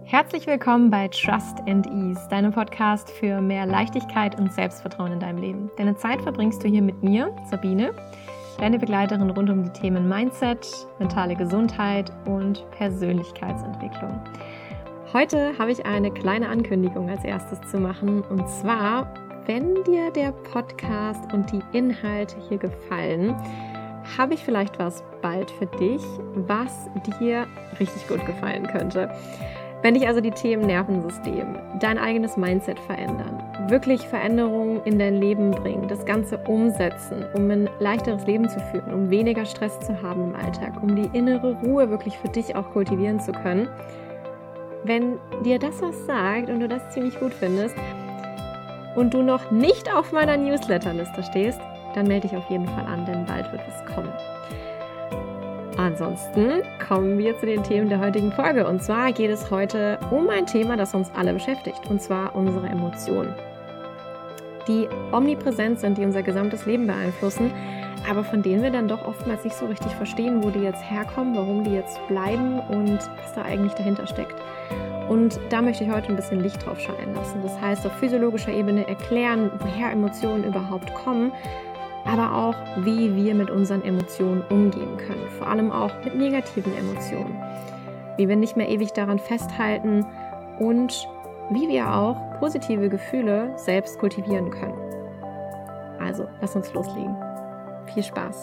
Herzlich willkommen bei Trust and Ease, deinem Podcast für mehr Leichtigkeit und Selbstvertrauen in deinem Leben. Deine Zeit verbringst du hier mit mir, Sabine, deine Begleiterin rund um die Themen Mindset, mentale Gesundheit und Persönlichkeitsentwicklung. Heute habe ich eine kleine Ankündigung als erstes zu machen, und zwar, wenn dir der Podcast und die Inhalte hier gefallen, habe ich vielleicht was bald für dich, was dir richtig gut gefallen könnte. Wenn dich also die Themen Nervensystem, dein eigenes Mindset verändern, wirklich Veränderungen in dein Leben bringen, das Ganze umsetzen, um ein leichteres Leben zu führen, um weniger Stress zu haben im Alltag, um die innere Ruhe wirklich für dich auch kultivieren zu können. Wenn dir das was sagt und du das ziemlich gut findest und du noch nicht auf meiner Newsletterliste stehst, dann melde dich auf jeden Fall an, denn bald wird es kommen. Ansonsten kommen wir zu den Themen der heutigen Folge. Und zwar geht es heute um ein Thema, das uns alle beschäftigt, und zwar unsere Emotionen, die omnipräsent sind, die unser gesamtes Leben beeinflussen, aber von denen wir dann doch oftmals nicht so richtig verstehen, wo die jetzt herkommen, warum die jetzt bleiben und was da eigentlich dahinter steckt. Und da möchte ich heute ein bisschen Licht drauf scheinen lassen. Das heißt, auf physiologischer Ebene erklären, woher Emotionen überhaupt kommen, aber auch, wie wir mit unseren Emotionen umgehen können. Vor allem auch mit negativen Emotionen. Wie wir nicht mehr ewig daran festhalten und wie wir auch positive Gefühle selbst kultivieren können. Also, lass uns loslegen. Viel Spaß.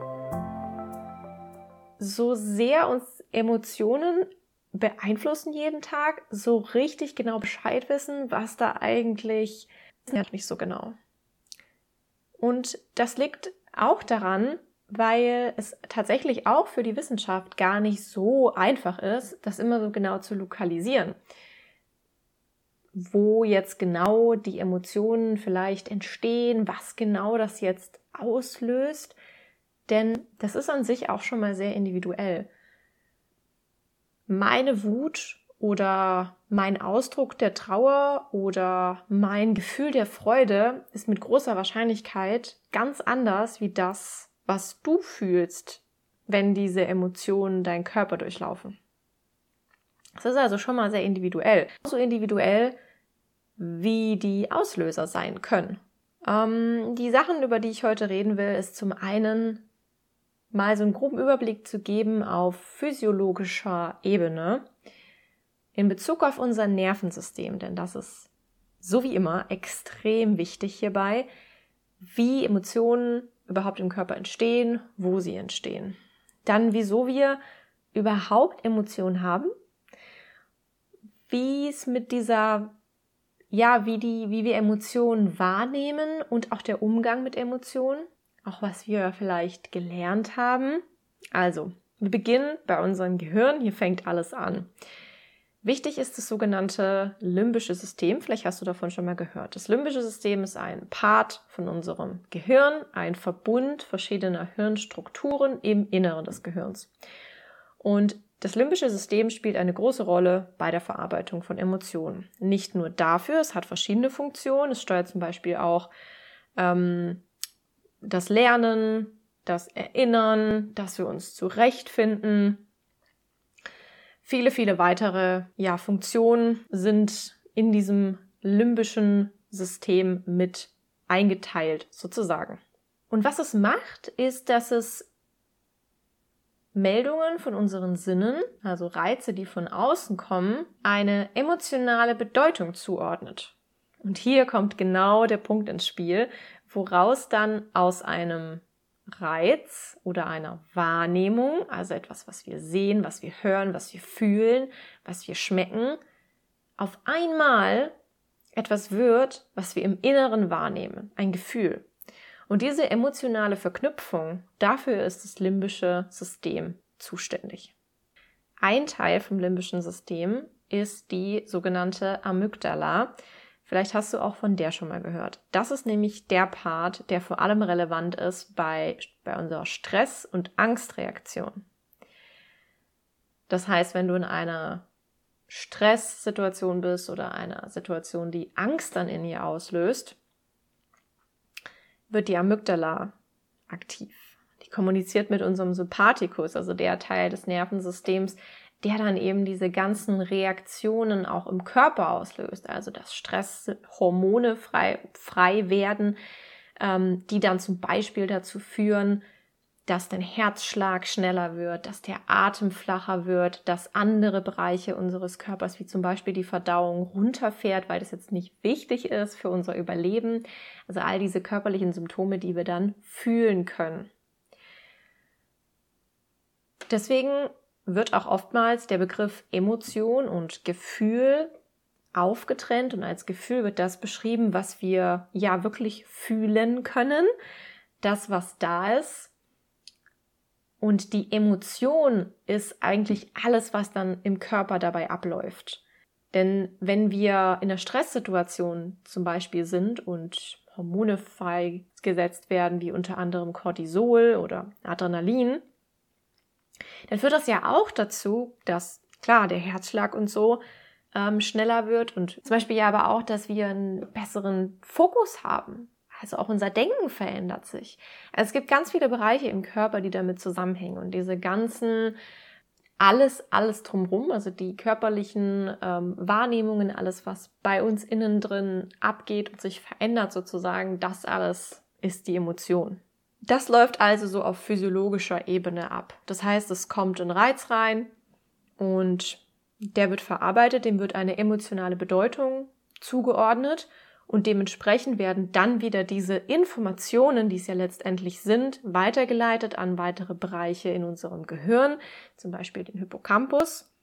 So sehr uns Emotionen beeinflussen jeden Tag, so richtig genau Bescheid wissen, was da eigentlich ist, nicht so genau. Und das liegt auch daran, weil es tatsächlich auch für die Wissenschaft gar nicht so einfach ist, das immer so genau zu lokalisieren. Wo jetzt genau die Emotionen vielleicht entstehen, was genau das jetzt auslöst. Denn das ist an sich auch schon mal sehr individuell. Meine Wut oder mein Ausdruck der Trauer oder mein Gefühl der Freude ist mit großer Wahrscheinlichkeit ganz anders wie das, was du fühlst, wenn diese Emotionen deinen Körper durchlaufen. Das ist also schon mal sehr individuell. So individuell, wie die Auslöser sein können. Die Sachen, über die ich heute reden will, ist zum einen mal so einen groben Überblick zu geben auf physiologischer Ebene, in Bezug auf unser Nervensystem, denn das ist so wie immer extrem wichtig hierbei, wie Emotionen überhaupt im Körper entstehen, wo sie entstehen. Dann, wieso wir überhaupt Emotionen haben, wie es mit dieser, wie wir Emotionen wahrnehmen und auch der Umgang mit Emotionen, auch was wir vielleicht gelernt haben. Also, wir beginnen bei unserem Gehirn, hier fängt alles an. Wichtig ist das sogenannte limbische System. Vielleicht hast du davon schon mal gehört. Das limbische System ist ein Part von unserem Gehirn, ein Verbund verschiedener Hirnstrukturen im Inneren des Gehirns. Und das limbische System spielt eine große Rolle bei der Verarbeitung von Emotionen. Nicht nur dafür, es hat verschiedene Funktionen. Es steuert zum Beispiel auch das Lernen, das Erinnern, dass wir uns zurechtfinden. Viele, viele weitere Funktionen sind in diesem limbischen System mit eingeteilt, sozusagen. Und was es macht, ist, dass es Meldungen von unseren Sinnen, also Reize, die von außen kommen, eine emotionale Bedeutung zuordnet. Und hier kommt genau der Punkt ins Spiel, woraus dann aus einem Reiz oder einer Wahrnehmung, also etwas, was wir sehen, was wir hören, was wir fühlen, was wir schmecken, auf einmal etwas wird, was wir im Inneren wahrnehmen, ein Gefühl. Und diese emotionale Verknüpfung, dafür ist das limbische System zuständig. Ein Teil vom limbischen System ist die sogenannte Amygdala. Vielleicht hast du auch von der schon mal gehört. Das ist nämlich der Part, der vor allem relevant ist bei unserer Stress- und Angstreaktion. Das heißt, wenn du in einer Stresssituation bist oder einer Situation, die Angst dann in dir auslöst, wird die Amygdala aktiv. Die kommuniziert mit unserem Sympathikus, also der Teil des Nervensystems, der dann eben diese ganzen Reaktionen auch im Körper auslöst, also dass Stresshormone frei werden, die dann zum Beispiel dazu führen, dass dein Herzschlag schneller wird, dass der Atem flacher wird, dass andere Bereiche unseres Körpers, wie zum Beispiel die Verdauung, runterfährt, weil das jetzt nicht wichtig ist für unser Überleben. Also all diese körperlichen Symptome, die wir dann fühlen können. Deswegen wird auch oftmals der Begriff Emotion und Gefühl aufgetrennt und als Gefühl wird das beschrieben, was wir ja wirklich fühlen können, das, was da ist. Und die Emotion ist eigentlich alles, was dann im Körper dabei abläuft. Denn wenn wir in einer Stresssituation zum Beispiel sind und Hormone freigesetzt werden, wie unter anderem Cortisol oder Adrenalin, dann führt das ja auch dazu, dass, klar, der Herzschlag und so schneller wird und zum Beispiel ja aber auch, dass wir einen besseren Fokus haben. Also auch unser Denken verändert sich. Also es gibt ganz viele Bereiche im Körper, die damit zusammenhängen und diese ganzen, alles drumherum, also die körperlichen Wahrnehmungen, alles, was bei uns innen drin abgeht und sich verändert sozusagen, das alles ist die Emotion. Das läuft also so auf physiologischer Ebene ab. Das heißt, es kommt ein Reiz rein und der wird verarbeitet, dem wird eine emotionale Bedeutung zugeordnet und dementsprechend werden dann wieder diese Informationen, die es ja letztendlich sind, weitergeleitet an weitere Bereiche in unserem Gehirn, zum Beispiel den Hippocampus.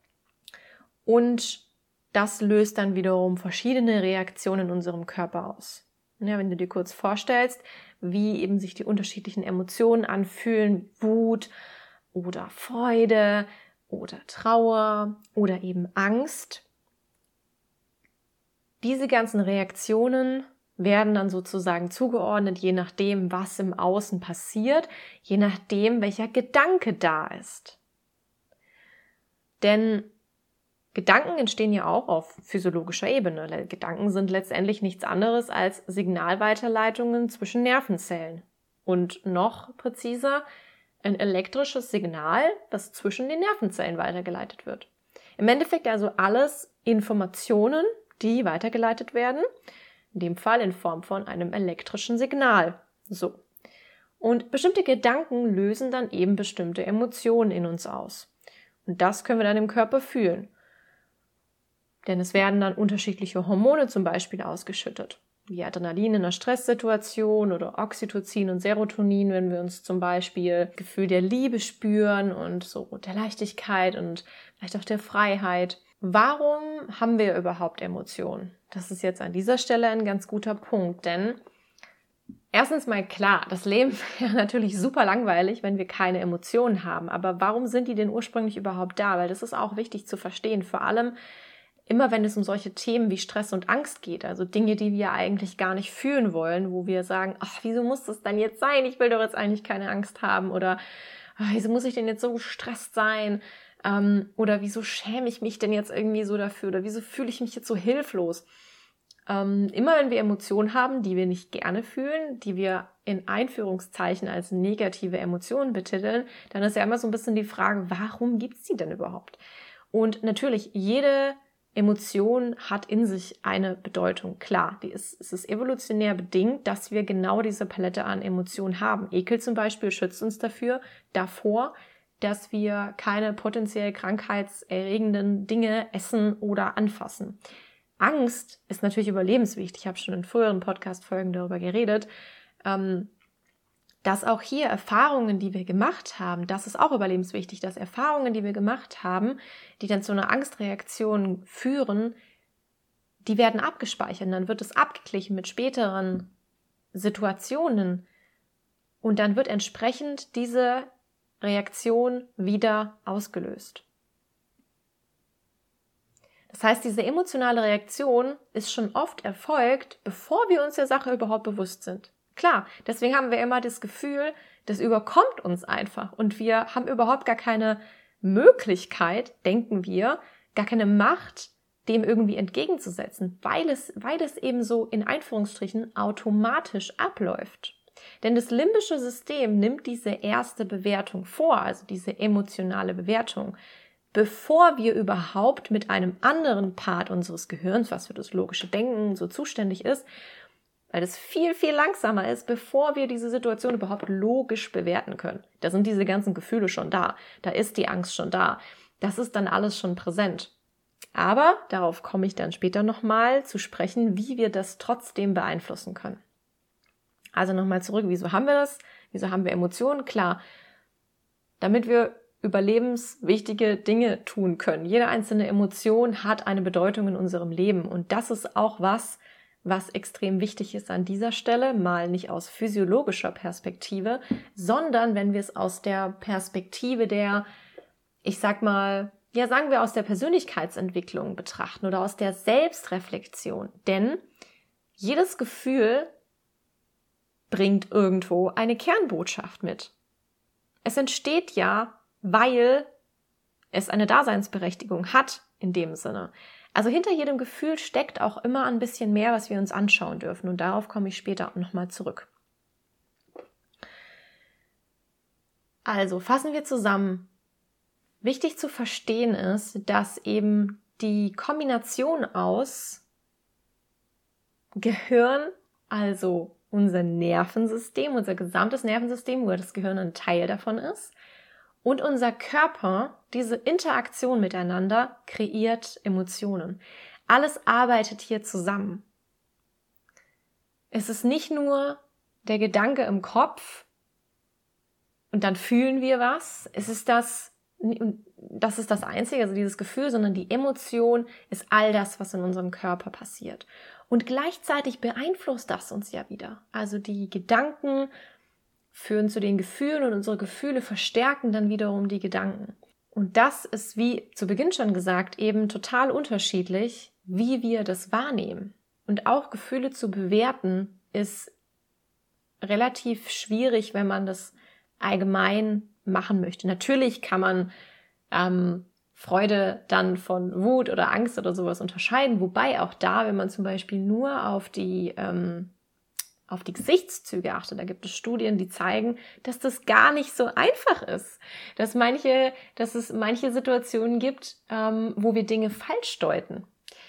Und das löst dann wiederum verschiedene Reaktionen in unserem Körper aus. Ja, wenn du dir kurz vorstellst, wie eben sich die unterschiedlichen Emotionen anfühlen, Wut oder Freude oder Trauer oder eben Angst. Diese ganzen Reaktionen werden dann sozusagen zugeordnet, je nachdem, was im Außen passiert, je nachdem, welcher Gedanke da ist. Denn Gedanken entstehen ja auch auf physiologischer Ebene. Gedanken sind letztendlich nichts anderes als Signalweiterleitungen zwischen Nervenzellen. Und noch präziser, ein elektrisches Signal, das zwischen den Nervenzellen weitergeleitet wird. Im Endeffekt also alles Informationen, die weitergeleitet werden, in dem Fall in Form von einem elektrischen Signal. So. Und bestimmte Gedanken lösen dann eben bestimmte Emotionen in uns aus. Und das können wir dann im Körper fühlen. Denn es werden dann unterschiedliche Hormone zum Beispiel ausgeschüttet, wie Adrenalin in einer Stresssituation oder Oxytocin und Serotonin, wenn wir uns zum Beispiel Gefühl der Liebe spüren und so der Leichtigkeit und vielleicht auch der Freiheit. Warum haben wir überhaupt Emotionen? Das ist jetzt an dieser Stelle ein ganz guter Punkt, denn erstens mal klar, das Leben wäre natürlich super langweilig, wenn wir keine Emotionen haben. Aber warum sind die denn ursprünglich überhaupt da? Weil das ist auch wichtig zu verstehen, vor allem immer wenn es um solche Themen wie Stress und Angst geht, also Dinge, die wir eigentlich gar nicht fühlen wollen, wo wir sagen, ach, wieso muss das dann jetzt sein? Ich will doch jetzt eigentlich keine Angst haben oder wieso muss ich denn jetzt so gestresst sein? Oder wieso schäme ich mich denn jetzt irgendwie so dafür? Oder wieso fühle ich mich jetzt so hilflos? Immer wenn wir Emotionen haben, die wir nicht gerne fühlen, die wir in Einführungszeichen als negative Emotionen betiteln, dann ist ja immer so ein bisschen die Frage, warum gibt es die denn überhaupt? Und natürlich, jede Emotion hat in sich eine Bedeutung. Klar, es ist evolutionär bedingt, dass wir genau diese Palette an Emotionen haben. Ekel zum Beispiel schützt uns davor, dass wir keine potenziell krankheitserregenden Dinge essen oder anfassen. Angst ist natürlich überlebenswichtig. Ich habe schon in früheren Podcast-Folgen darüber geredet, dass auch hier Erfahrungen, die wir gemacht haben, das ist auch überlebenswichtig, dass Erfahrungen, die wir gemacht haben, die dann zu einer Angstreaktion führen, die werden abgespeichert und dann wird es abgeglichen mit späteren Situationen und dann wird entsprechend diese Reaktion wieder ausgelöst. Das heißt, diese emotionale Reaktion ist schon oft erfolgt, bevor wir uns der Sache überhaupt bewusst sind. Klar, deswegen haben wir immer das Gefühl, das überkommt uns einfach und wir haben überhaupt gar keine Möglichkeit, denken wir, gar keine Macht, dem irgendwie entgegenzusetzen, weil es eben so in Anführungsstrichen automatisch abläuft. Denn das limbische System nimmt diese erste Bewertung vor, also diese emotionale Bewertung, bevor wir überhaupt mit einem anderen Part unseres Gehirns, was für das logische Denken so zuständig ist, weil es viel, viel langsamer ist, bevor wir diese Situation überhaupt logisch bewerten können. Da sind diese ganzen Gefühle schon da. Da ist die Angst schon da. Das ist dann alles schon präsent. Aber darauf komme ich dann später nochmal zu sprechen, wie wir das trotzdem beeinflussen können. Also nochmal zurück, wieso haben wir das? Wieso haben wir Emotionen? Klar, damit wir überlebenswichtige Dinge tun können. Jede einzelne Emotion hat eine Bedeutung in unserem Leben und das ist auch was extrem wichtig ist an dieser Stelle, mal nicht aus physiologischer Perspektive, sondern wenn wir es aus der Perspektive der, ich sag mal, ja, sagen wir aus der Persönlichkeitsentwicklung betrachten oder aus der Selbstreflexion. Denn jedes Gefühl bringt irgendwo eine Kernbotschaft mit. Es entsteht ja, weil es eine Daseinsberechtigung hat in dem Sinne. Also hinter jedem Gefühl steckt auch immer ein bisschen mehr, was wir uns anschauen dürfen. Und darauf komme ich später nochmal zurück. Also fassen wir zusammen. Wichtig zu verstehen ist, dass eben die Kombination aus Gehirn, also unser Nervensystem, unser gesamtes Nervensystem, wo das Gehirn ein Teil davon ist, und unser Körper, diese Interaktion miteinander kreiert Emotionen. Alles arbeitet hier zusammen. Es ist nicht nur der Gedanke im Kopf und dann fühlen wir was. Es ist das ist das Einzige, also dieses Gefühl, sondern die Emotion ist all das, was in unserem Körper passiert. Und gleichzeitig beeinflusst das uns ja wieder. Also die Gedanken führen zu den Gefühlen und unsere Gefühle verstärken dann wiederum die Gedanken. Und das ist, wie zu Beginn schon gesagt, eben total unterschiedlich, wie wir das wahrnehmen. Und auch Gefühle zu bewerten ist relativ schwierig, wenn man das allgemein machen möchte. Natürlich kann man Freude dann von Wut oder Angst oder sowas unterscheiden, wobei auch da, wenn man zum Beispiel nur auf die Gesichtszüge achtet, da gibt es Studien, die zeigen, dass das gar nicht so einfach ist, dass es manche Situationen gibt, wo wir Dinge falsch deuten.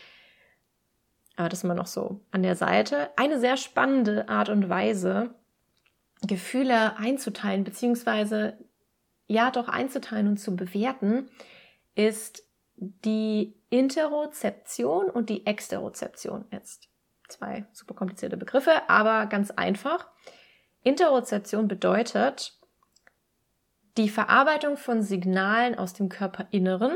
Aber das mal noch so an der Seite. Eine sehr spannende Art und Weise, Gefühle einzuteilen, beziehungsweise einzuteilen und zu bewerten, ist die Interozeption und die Exterozeption. Jetzt 2 super komplizierte Begriffe, aber ganz einfach. Interozeption bedeutet die Verarbeitung von Signalen aus dem Körperinneren.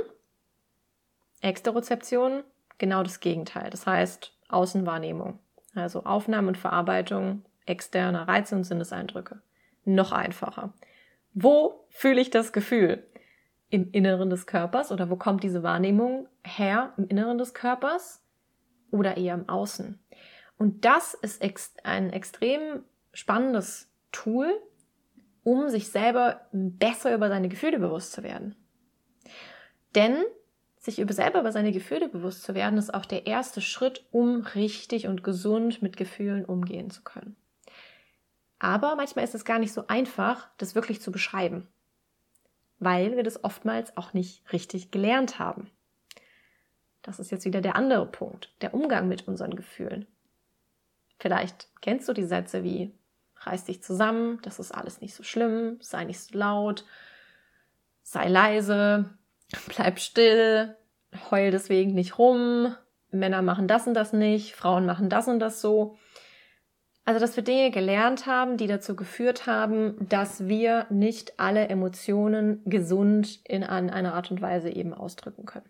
Exterozeption genau das Gegenteil. Das heißt Außenwahrnehmung, also Aufnahme und Verarbeitung externer Reize und Sinneseindrücke. Noch einfacher. Wo fühle ich das Gefühl? Im Inneren des Körpers oder wo kommt diese Wahrnehmung her? Im Inneren des Körpers oder eher im Außen? Und das ist ein extrem spannendes Tool, um sich selber besser über seine Gefühle bewusst zu werden. Denn sich selber über seine Gefühle bewusst zu werden, ist auch der erste Schritt, um richtig und gesund mit Gefühlen umgehen zu können. Aber manchmal ist es gar nicht so einfach, das wirklich zu beschreiben, weil wir das oftmals auch nicht richtig gelernt haben. Das ist jetzt wieder der andere Punkt, der Umgang mit unseren Gefühlen. Vielleicht kennst du die Sätze wie, reiß dich zusammen, das ist alles nicht so schlimm, sei nicht so laut, sei leise, bleib still, heul deswegen nicht rum, Männer machen das und das nicht, Frauen machen das und das so. Also, dass wir Dinge gelernt haben, die dazu geführt haben, dass wir nicht alle Emotionen gesund in einer Art und Weise eben ausdrücken können.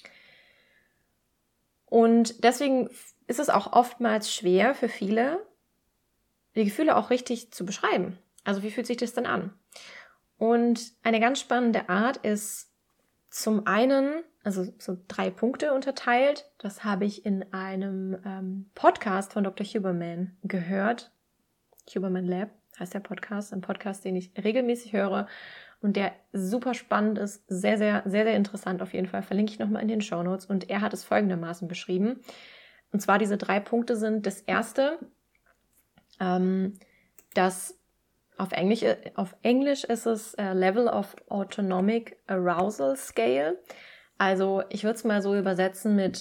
Und deswegen ist es auch oftmals schwer für viele, die Gefühle auch richtig zu beschreiben. Also, wie fühlt sich das denn an? Und eine ganz spannende Art ist zum einen, also so 3 Punkte unterteilt. Das habe ich in einem Podcast von Dr. Huberman gehört. Huberman Lab heißt der Podcast. Ein Podcast, den ich regelmäßig höre und der super spannend ist. Sehr, sehr, sehr, sehr interessant auf jeden Fall. Verlinke ich nochmal in den Shownotes. Und er hat es folgendermaßen beschrieben. Und zwar diese 3 Punkte sind das erste, dass Auf Englisch ist es Level of Autonomic Arousal Scale. Also ich würde es mal so übersetzen mit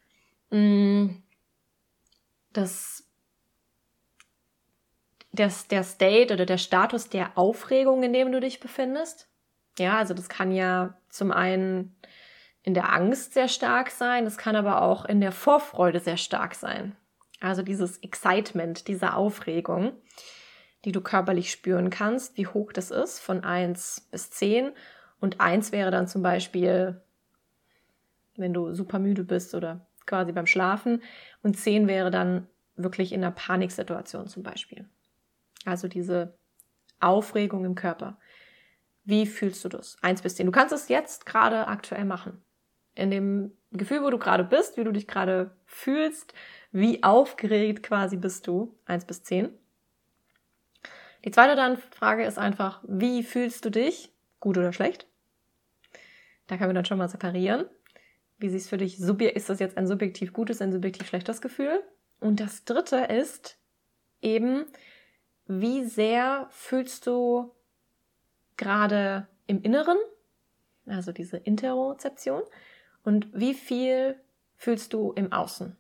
der State oder der Status der Aufregung, in dem du dich befindest. Ja, also das kann ja zum einen in der Angst sehr stark sein, das kann aber auch in der Vorfreude sehr stark sein. Also dieses Excitement, diese Aufregung, die du körperlich spüren kannst, wie hoch das ist, von 1 bis 10. Und 1 wäre dann zum Beispiel, wenn du super müde bist oder quasi beim Schlafen. Und 10 wäre dann wirklich in einer Paniksituation zum Beispiel. Also diese Aufregung im Körper. Wie fühlst du das? 1 bis 10. Du kannst es jetzt gerade aktuell machen. In dem Gefühl, wo du gerade bist, wie du dich gerade fühlst, wie aufgeregt quasi bist du, 1 bis 10. Die zweite dann Frage ist einfach, wie fühlst du dich? Gut oder schlecht? Da können wir dann schon mal separieren. Wie siehst du für dich? Ist das jetzt ein subjektiv gutes, ein subjektiv schlechtes Gefühl? Und das dritte ist eben, wie sehr fühlst du gerade im Inneren, also diese Interozeption, und wie viel fühlst du im Außen?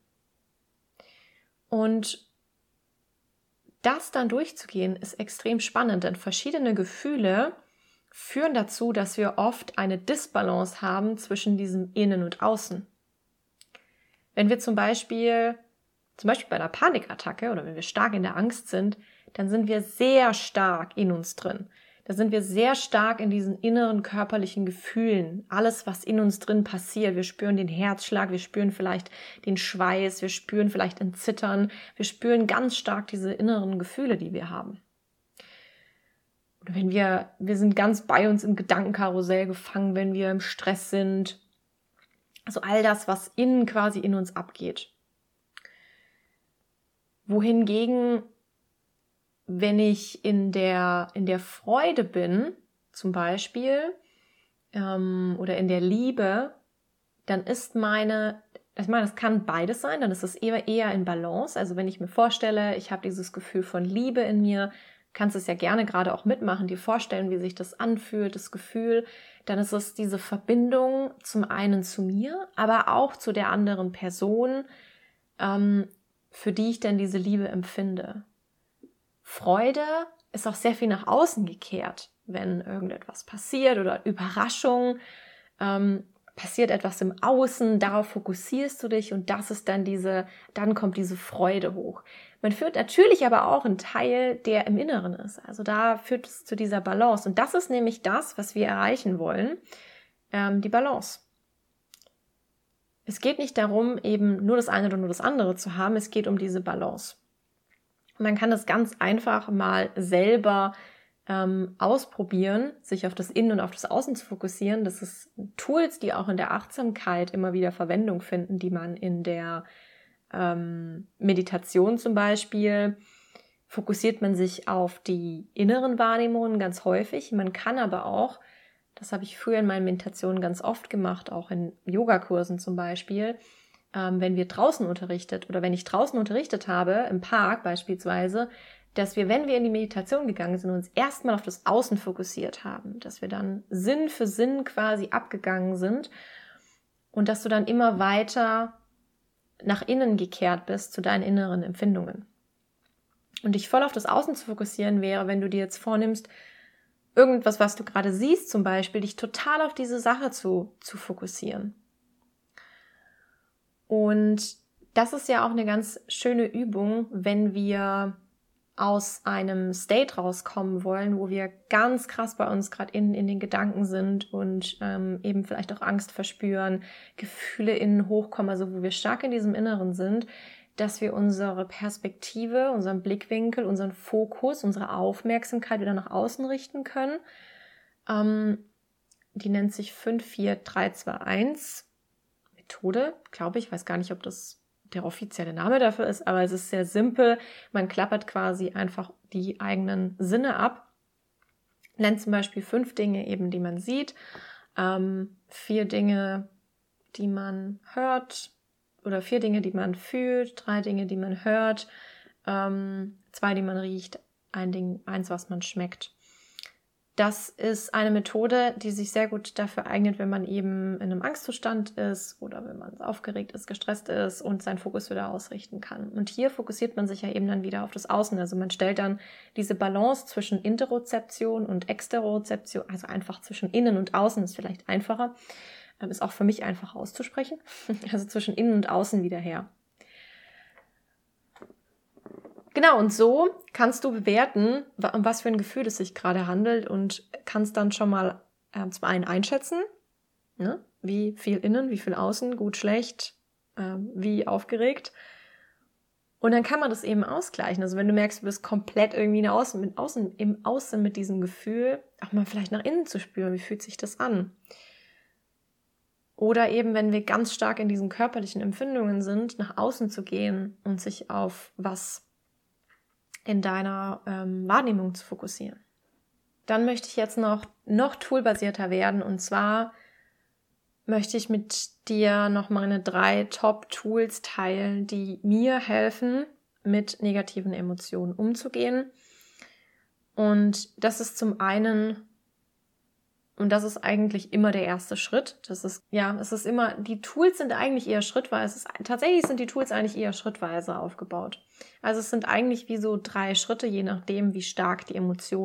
Und das dann durchzugehen, ist extrem spannend, denn verschiedene Gefühle führen dazu, dass wir oft eine Disbalance haben zwischen diesem Innen und Außen. Wenn wir zum Beispiel bei einer Panikattacke oder wenn wir stark in der Angst sind, dann sind wir sehr stark in uns drin. Da sind wir sehr stark in diesen inneren körperlichen Gefühlen. Alles, was in uns drin passiert. Wir spüren den Herzschlag, wir spüren vielleicht den Schweiß, wir spüren vielleicht ein Zittern. Wir spüren ganz stark diese inneren Gefühle, die wir haben. Oder wenn wir sind ganz bei uns im Gedankenkarussell gefangen, wenn wir im Stress sind. Also all das, was innen quasi in uns abgeht. Wohingegen, wenn ich in der Freude bin, zum Beispiel, oder in der Liebe, dann ist das kann beides sein, dann ist es eher in Balance. Also wenn ich mir vorstelle, ich habe dieses Gefühl von Liebe in mir, kannst es ja gerne gerade auch mitmachen, dir vorstellen, wie sich das anfühlt, das Gefühl, dann ist es diese Verbindung zum einen zu mir, aber auch zu der anderen Person, für die ich dann diese Liebe empfinde. Freude ist auch sehr viel nach außen gekehrt, wenn irgendetwas passiert oder Überraschung, passiert etwas im Außen, darauf fokussierst du dich und das ist dann kommt diese Freude hoch. Man führt natürlich aber auch einen Teil, der im Inneren ist. Also da führt es zu dieser Balance und das ist nämlich das, was wir erreichen wollen, die Balance. Es geht nicht darum, eben nur das eine oder nur das andere zu haben, es geht um diese Balance. Man kann das ganz einfach mal selber ausprobieren, sich auf das Innen und auf das Außen zu fokussieren. Das ist Tools, die auch in der Achtsamkeit immer wieder Verwendung finden, die man in der Meditation zum Beispiel, fokussiert man sich auf die inneren Wahrnehmungen ganz häufig. Man kann aber auch, das habe ich früher in meinen Meditationen ganz oft gemacht, auch in Yogakursen zum Beispiel, wenn ich draußen unterrichtet habe, im Park beispielsweise, dass wir, wenn wir in die Meditation gegangen sind, uns erstmal auf das Außen fokussiert haben, dass wir dann Sinn für Sinn quasi abgegangen sind und dass du dann immer weiter nach innen gekehrt bist zu deinen inneren Empfindungen. Und dich voll auf das Außen zu fokussieren wäre, wenn du dir jetzt vornimmst, irgendwas, was du gerade siehst zum Beispiel, dich total auf diese Sache zu fokussieren. Und das ist ja auch eine ganz schöne Übung, wenn wir aus einem State rauskommen wollen, wo wir ganz krass bei uns gerade in den Gedanken sind und eben vielleicht auch Angst verspüren, Gefühle innen hochkommen, also wo wir stark in diesem Inneren sind, dass wir unsere Perspektive, unseren Blickwinkel, unseren Fokus, unsere Aufmerksamkeit wieder nach außen richten können. Die nennt sich 5-4-3-2-1 Methode, glaube ich. Ich weiß gar nicht, ob das der offizielle Name dafür ist, aber es ist sehr simpel. Man klappert quasi einfach die eigenen Sinne ab. Nennt zum Beispiel 5 Dinge eben, die man sieht, 4 Dinge, die man hört oder 4 Dinge, die man fühlt, 3 Dinge, die man hört, 2, die man riecht, eins, was man schmeckt. Das ist eine Methode, die sich sehr gut dafür eignet, wenn man eben in einem Angstzustand ist oder wenn man aufgeregt ist, gestresst ist und seinen Fokus wieder ausrichten kann. Und hier fokussiert man sich ja eben dann wieder auf das Außen. Also man stellt dann diese Balance zwischen Interozeption und Exterozeption, also einfach zwischen Innen und Außen, ist vielleicht einfacher, ist auch für mich einfach auszusprechen, also zwischen Innen und Außen wieder her. Genau, und so kannst du bewerten, um was für ein Gefühl es sich gerade handelt und kannst dann schon mal zum einen einschätzen, ne? Wie viel innen, wie viel außen, gut, schlecht, wie aufgeregt. Und dann kann man das eben ausgleichen. Also wenn du merkst, du bist komplett irgendwie im Außen mit diesem Gefühl, auch mal vielleicht nach innen zu spüren, wie fühlt sich das an? Oder eben, wenn wir ganz stark in diesen körperlichen Empfindungen sind, nach außen zu gehen und sich auf was in deiner Wahrnehmung zu fokussieren. Dann möchte ich jetzt noch toolbasierter werden, und zwar möchte ich mit dir noch meine 3 Top-Tools teilen, die mir helfen, mit negativen Emotionen umzugehen. Und das ist zum einen, und das ist eigentlich immer der erste Schritt, die Tools sind eigentlich eher schrittweise, tatsächlich sind die Tools eigentlich eher schrittweise aufgebaut. Also es sind eigentlich wie so 3 Schritte, je nachdem, wie stark sich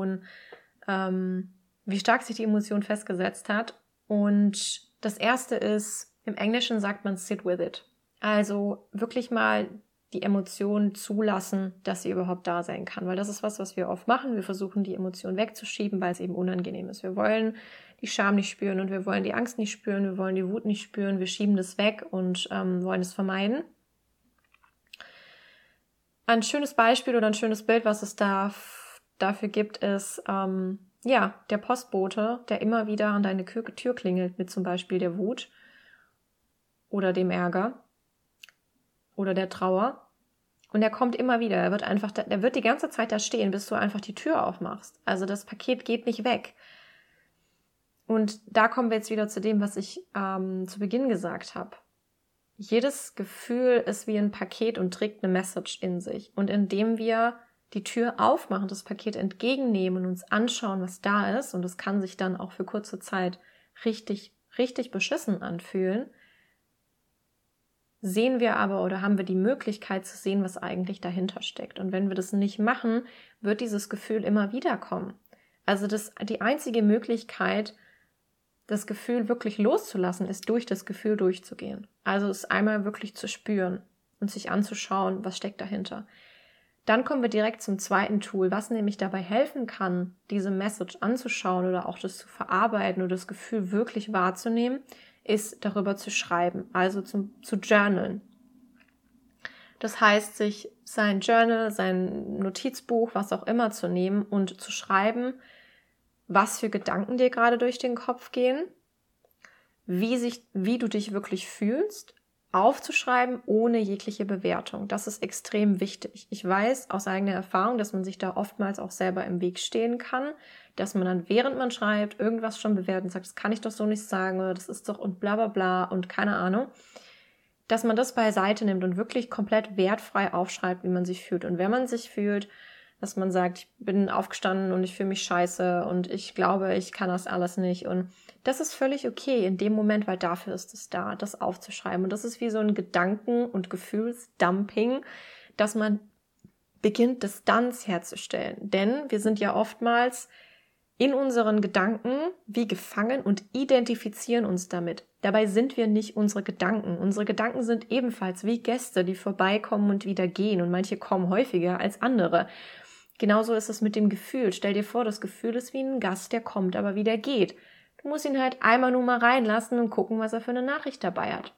die Emotion festgesetzt hat. Und das erste ist, im Englischen sagt man sit with it. Also wirklich mal die Emotion zulassen, dass sie überhaupt da sein kann. Weil das ist was wir oft machen. Wir versuchen, die Emotion wegzuschieben, weil es eben unangenehm ist. Wir wollen die Scham nicht spüren und wir wollen die Angst nicht spüren, wir wollen die Wut nicht spüren. Wir schieben das weg und wollen es vermeiden. Ein schönes Beispiel oder ein schönes Bild, was es dafür gibt, ist der Postbote, der immer wieder an deine Tür klingelt mit zum Beispiel der Wut oder dem Ärger oder der Trauer. Und er kommt immer wieder. Der wird die ganze Zeit da stehen, bis du einfach die Tür aufmachst. Also das Paket geht nicht weg. Und da kommen wir jetzt wieder zu dem, was ich zu Beginn gesagt habe. Jedes Gefühl ist wie ein Paket und trägt eine Message in sich. Und indem wir die Tür aufmachen, das Paket entgegennehmen und uns anschauen, was da ist, und es kann sich dann auch für kurze Zeit richtig, richtig beschissen anfühlen, sehen wir aber oder haben wir die Möglichkeit zu sehen, was eigentlich dahinter steckt. Und wenn wir das nicht machen, wird dieses Gefühl immer wieder kommen. Also die einzige Möglichkeit, das Gefühl wirklich loszulassen, ist durch das Gefühl durchzugehen. Also es einmal wirklich zu spüren und sich anzuschauen, was steckt dahinter. Dann kommen wir direkt zum zweiten Tool, was nämlich dabei helfen kann, diese Message anzuschauen oder auch das zu verarbeiten oder das Gefühl wirklich wahrzunehmen, ist darüber zu schreiben, also zu journalen. Das heißt, sich sein Journal, sein Notizbuch, was auch immer zu nehmen und zu schreiben, was für Gedanken dir gerade durch den Kopf gehen, wie du dich wirklich fühlst, aufzuschreiben ohne jegliche Bewertung. Das ist extrem wichtig. Ich weiß aus eigener Erfahrung, dass man sich da oftmals auch selber im Weg stehen kann, dass man dann, während man schreibt, irgendwas schon bewertet und sagt, das kann ich doch so nicht sagen oder das ist doch und bla bla bla und keine Ahnung, dass man das beiseite nimmt und wirklich komplett wertfrei aufschreibt, wie man sich fühlt. Und wenn man sich fühlt, dass man sagt, ich bin aufgestanden und ich fühle mich scheiße und ich glaube, ich kann das alles nicht. Und das ist völlig okay in dem Moment, weil dafür ist es da, das aufzuschreiben. Und das ist wie so ein Gedanken- und Gefühlsdumping, dass man beginnt, Distanz herzustellen. Denn wir sind ja oftmals in unseren Gedanken wie gefangen und identifizieren uns damit. Dabei sind wir nicht unsere Gedanken. Unsere Gedanken sind ebenfalls wie Gäste, die vorbeikommen und wieder gehen. Und manche kommen häufiger als andere. Genauso ist es mit dem Gefühl. Stell dir vor, das Gefühl ist wie ein Gast, der kommt, aber wieder geht. Du musst ihn halt einmal nur mal reinlassen und gucken, was er für eine Nachricht dabei hat.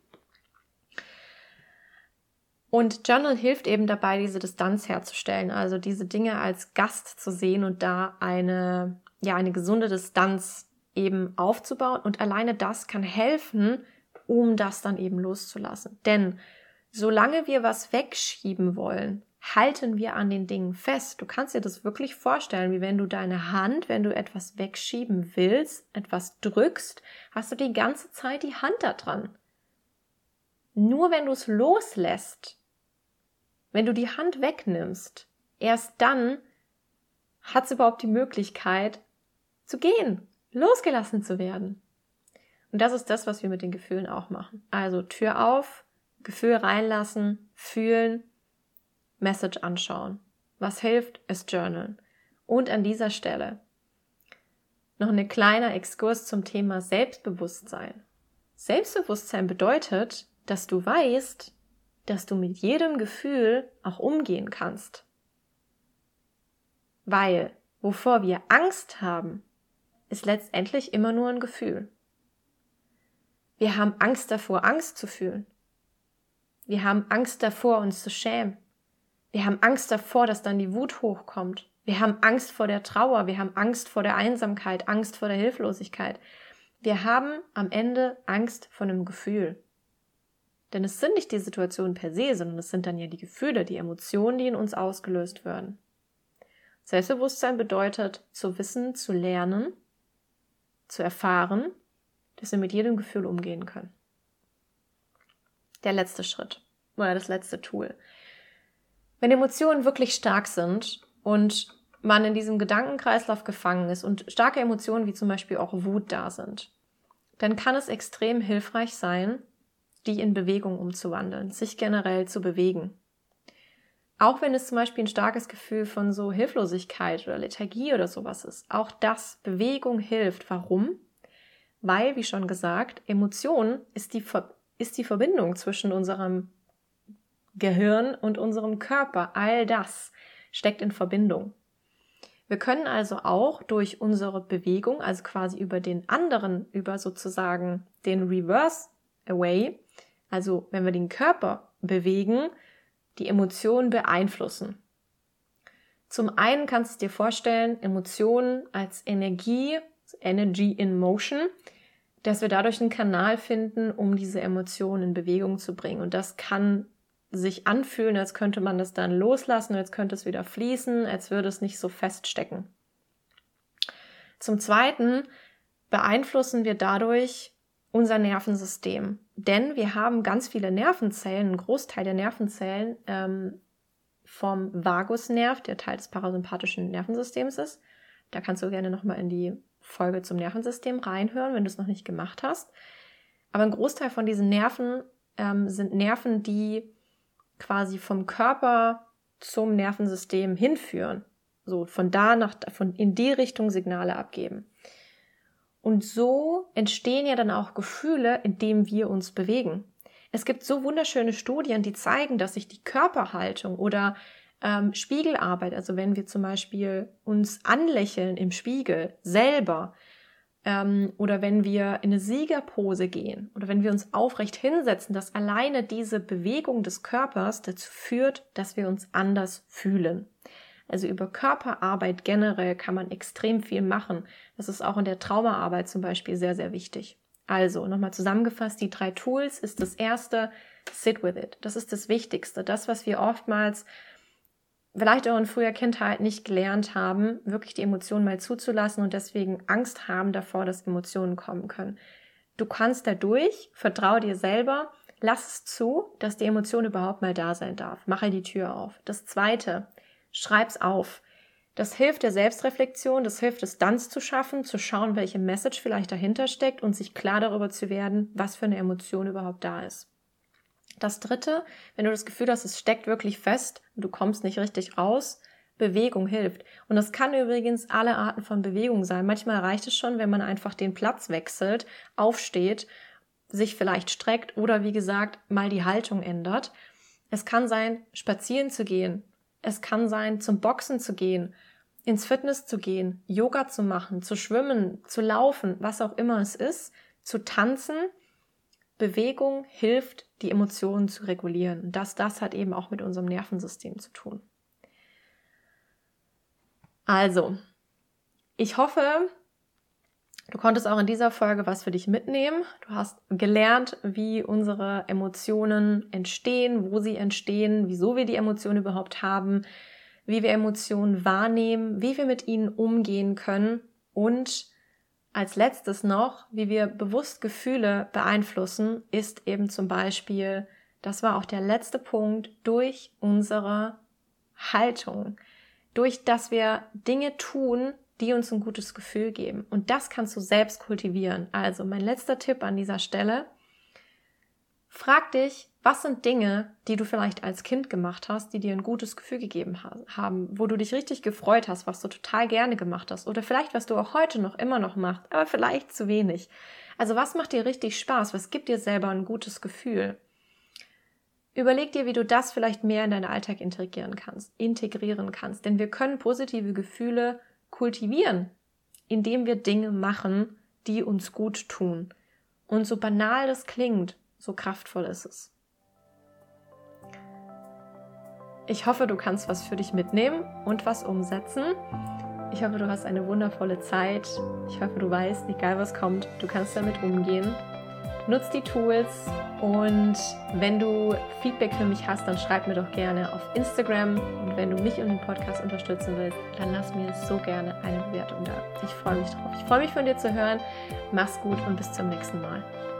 Und Journal hilft eben dabei, diese Distanz herzustellen, also diese Dinge als Gast zu sehen und da eine gesunde Distanz eben aufzubauen. Und alleine das kann helfen, um das dann eben loszulassen. Denn solange wir was wegschieben wollen, halten wir an den Dingen fest. Du kannst dir das wirklich vorstellen, wie wenn du deine Hand, wenn du etwas wegschieben willst, etwas drückst, hast du die ganze Zeit die Hand da dran. Nur wenn du es loslässt, wenn du die Hand wegnimmst, erst dann hat es überhaupt die Möglichkeit zu gehen, losgelassen zu werden. Und das ist das, was wir mit den Gefühlen auch machen. Also Tür auf, Gefühl reinlassen, fühlen, Message anschauen. Was hilft, ist Journalen. Und an dieser Stelle noch ein kleiner Exkurs zum Thema Selbstbewusstsein. Selbstbewusstsein bedeutet, dass du weißt, dass du mit jedem Gefühl auch umgehen kannst. Weil, wovor wir Angst haben, ist letztendlich immer nur ein Gefühl. Wir haben Angst davor, Angst zu fühlen. Wir haben Angst davor, uns zu schämen. Wir haben Angst davor, dass dann die Wut hochkommt. Wir haben Angst vor der Trauer. Wir haben Angst vor der Einsamkeit, Angst vor der Hilflosigkeit. Wir haben am Ende Angst vor einem Gefühl. Denn es sind nicht die Situationen per se, sondern es sind dann ja die Gefühle, die Emotionen, die in uns ausgelöst werden. Selbstbewusstsein bedeutet, zu wissen, zu lernen, zu erfahren, dass wir mit jedem Gefühl umgehen können. Der letzte Schritt oder das letzte Tool. Wenn Emotionen wirklich stark sind und man in diesem Gedankenkreislauf gefangen ist und starke Emotionen wie zum Beispiel auch Wut da sind, dann kann es extrem hilfreich sein, die in Bewegung umzuwandeln, sich generell zu bewegen. Auch wenn es zum Beispiel ein starkes Gefühl von so Hilflosigkeit oder Lethargie oder sowas ist, auch das, Bewegung hilft. Warum? Weil, wie schon gesagt, Emotion ist die Verbindung zwischen unserem Gehirn und unserem Körper. All das steckt in Verbindung. Wir können also auch durch unsere Bewegung, also quasi über den anderen, über sozusagen den Reverse Away, also wenn wir den Körper bewegen, die Emotionen beeinflussen. Zum einen kannst du dir vorstellen, Emotionen als Energy in Motion, dass wir dadurch einen Kanal finden, um diese Emotionen in Bewegung zu bringen. Und das kann sich anfühlen, als könnte man das dann loslassen, als könnte es wieder fließen, als würde es nicht so feststecken. Zum Zweiten beeinflussen wir dadurch unser Nervensystem. Denn wir haben ganz viele Nervenzellen, einen Großteil der Nervenzellen vom Vagusnerv, der Teil des parasympathischen Nervensystems ist. Da kannst du gerne nochmal in die Folge zum Nervensystem reinhören, wenn du es noch nicht gemacht hast. Aber ein Großteil von diesen Nerven sind Nerven, die quasi vom Körper zum Nervensystem hinführen. So von in die Richtung Signale abgeben. Und so entstehen ja dann auch Gefühle, indem wir uns bewegen. Es gibt so wunderschöne Studien, die zeigen, dass sich die Körperhaltung oder Spiegelarbeit, also wenn wir zum Beispiel uns anlächeln im Spiegel selber oder wenn wir in eine Siegerpose gehen oder wenn wir uns aufrecht hinsetzen, dass alleine diese Bewegung des Körpers dazu führt, dass wir uns anders fühlen. Also über Körperarbeit generell kann man extrem viel machen. Das ist auch in der Traumaarbeit zum Beispiel sehr, sehr wichtig. Also nochmal zusammengefasst, die 3 Tools ist das erste, sit with it. Das ist das Wichtigste. Das, was wir oftmals vielleicht auch in früher Kindheit nicht gelernt haben, wirklich die Emotionen mal zuzulassen und deswegen Angst haben davor, dass Emotionen kommen können. Du kannst dadurch, vertraue dir selber, lass es zu, dass die Emotion überhaupt mal da sein darf. Mache die Tür auf. Das Zweite, schreib's auf. Das hilft der Selbstreflexion, das hilft es dann zu schaffen, zu schauen, welche Message vielleicht dahinter steckt und sich klar darüber zu werden, was für eine Emotion überhaupt da ist. Das Dritte, wenn du das Gefühl hast, es steckt wirklich fest und du kommst nicht richtig raus, Bewegung hilft. Und das kann übrigens alle Arten von Bewegung sein. Manchmal reicht es schon, wenn man einfach den Platz wechselt, aufsteht, sich vielleicht streckt oder wie gesagt, mal die Haltung ändert. Es kann sein, spazieren zu gehen. Es kann sein, zum Boxen zu gehen, ins Fitness zu gehen, Yoga zu machen, zu schwimmen, zu laufen, was auch immer es ist, zu tanzen. Bewegung hilft, die Emotionen zu regulieren. Und das hat eben auch mit unserem Nervensystem zu tun. Also, ich hoffe, du konntest auch in dieser Folge was für dich mitnehmen. Du hast gelernt, wie unsere Emotionen entstehen, wo sie entstehen, wieso wir die Emotionen überhaupt haben, wie wir Emotionen wahrnehmen, wie wir mit ihnen umgehen können und als letztes noch, wie wir bewusst Gefühle beeinflussen, ist eben zum Beispiel, das war auch der letzte Punkt, durch unsere Haltung. durch dass wir Dinge tun, die uns ein gutes Gefühl geben. Und das kannst du selbst kultivieren. Also mein letzter Tipp an dieser Stelle: Frag dich, was sind Dinge, die du vielleicht als Kind gemacht hast, die dir ein gutes Gefühl gegeben haben, wo du dich richtig gefreut hast, was du total gerne gemacht hast oder vielleicht, was du auch heute noch immer noch machst, aber vielleicht zu wenig. Also was macht dir richtig Spaß? Was gibt dir selber ein gutes Gefühl? Überleg dir, wie du das vielleicht mehr in deinen Alltag integrieren kannst. Denn wir können positive Gefühle kultivieren, indem wir Dinge machen, die uns gut tun. Und so banal das klingt, so kraftvoll ist es. Ich hoffe, du kannst was für dich mitnehmen und was umsetzen. Ich hoffe, du hast eine wundervolle Zeit. Ich hoffe, du weißt, egal was kommt, du kannst damit umgehen. Nutz die Tools und wenn du Feedback für mich hast, dann schreib mir doch gerne auf Instagram. Und wenn du mich und den Podcast unterstützen willst, dann lass mir so gerne eine Bewertung da. Ich freue mich drauf. Ich freue mich von dir zu hören. Mach's gut und bis zum nächsten Mal.